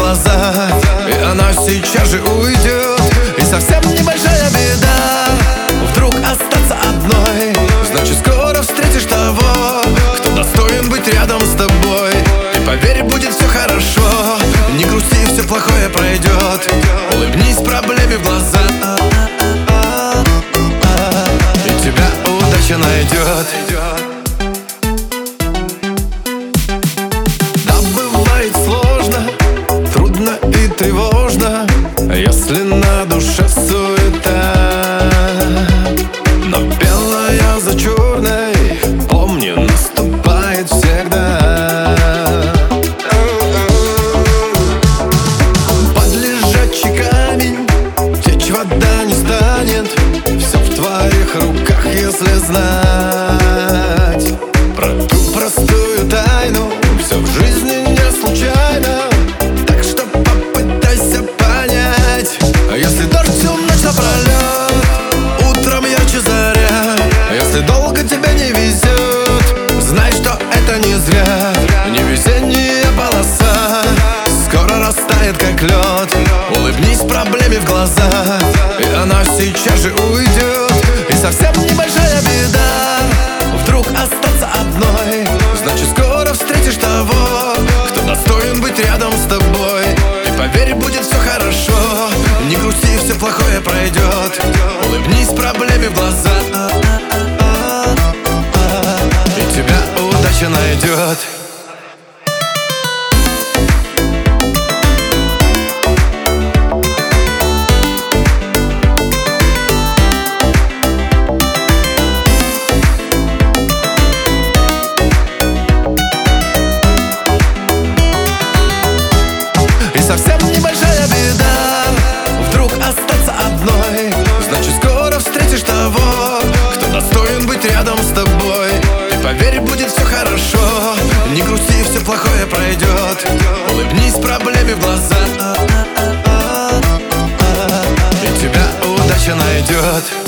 глаза, и она сейчас же уйдет. И совсем небольшая беда вдруг остаться одной. Значит, скоро встретишь того, кто достоин быть рядом с тобой. И поверь, будет все хорошо, не грусти, все плохое пройдет. Улыбнись проблеме в глаза, и тебя удача найдет. Да, бывает сложно, трудно и тревожно, если на душе суета. Но белое за черной, помни, наступает всегда. Под лежачий камень течь вода не станет. Все в твоих руках, если знать про ту простую тайну. Все в жизни не случайно, так что попытайся понять. Если дождь всю ночь напролет, утром ярче заря. Если долго тебе не везет, знай, что это не зря. Невезение полоса скоро растает, как лед. Улыбнись проблеме в глаза, и она сейчас же уйдет. И совсем небольшая беда вдруг остаться одной. Значит, скоро встретишь того, кто достоин быть рядом с тобой. И поверь, будет все хорошо, не грусти, все плохое пройдет. Улыбнись проблеме в глаза, и тебя удача найдет. Совсем небольшая беда вдруг остаться одной. Значит, скоро встретишь того, кто достоин быть рядом с тобой. И поверь, будет все хорошо, не грусти, все плохое пройдет. Улыбнись проблеме в глаза, и тебя удача найдет.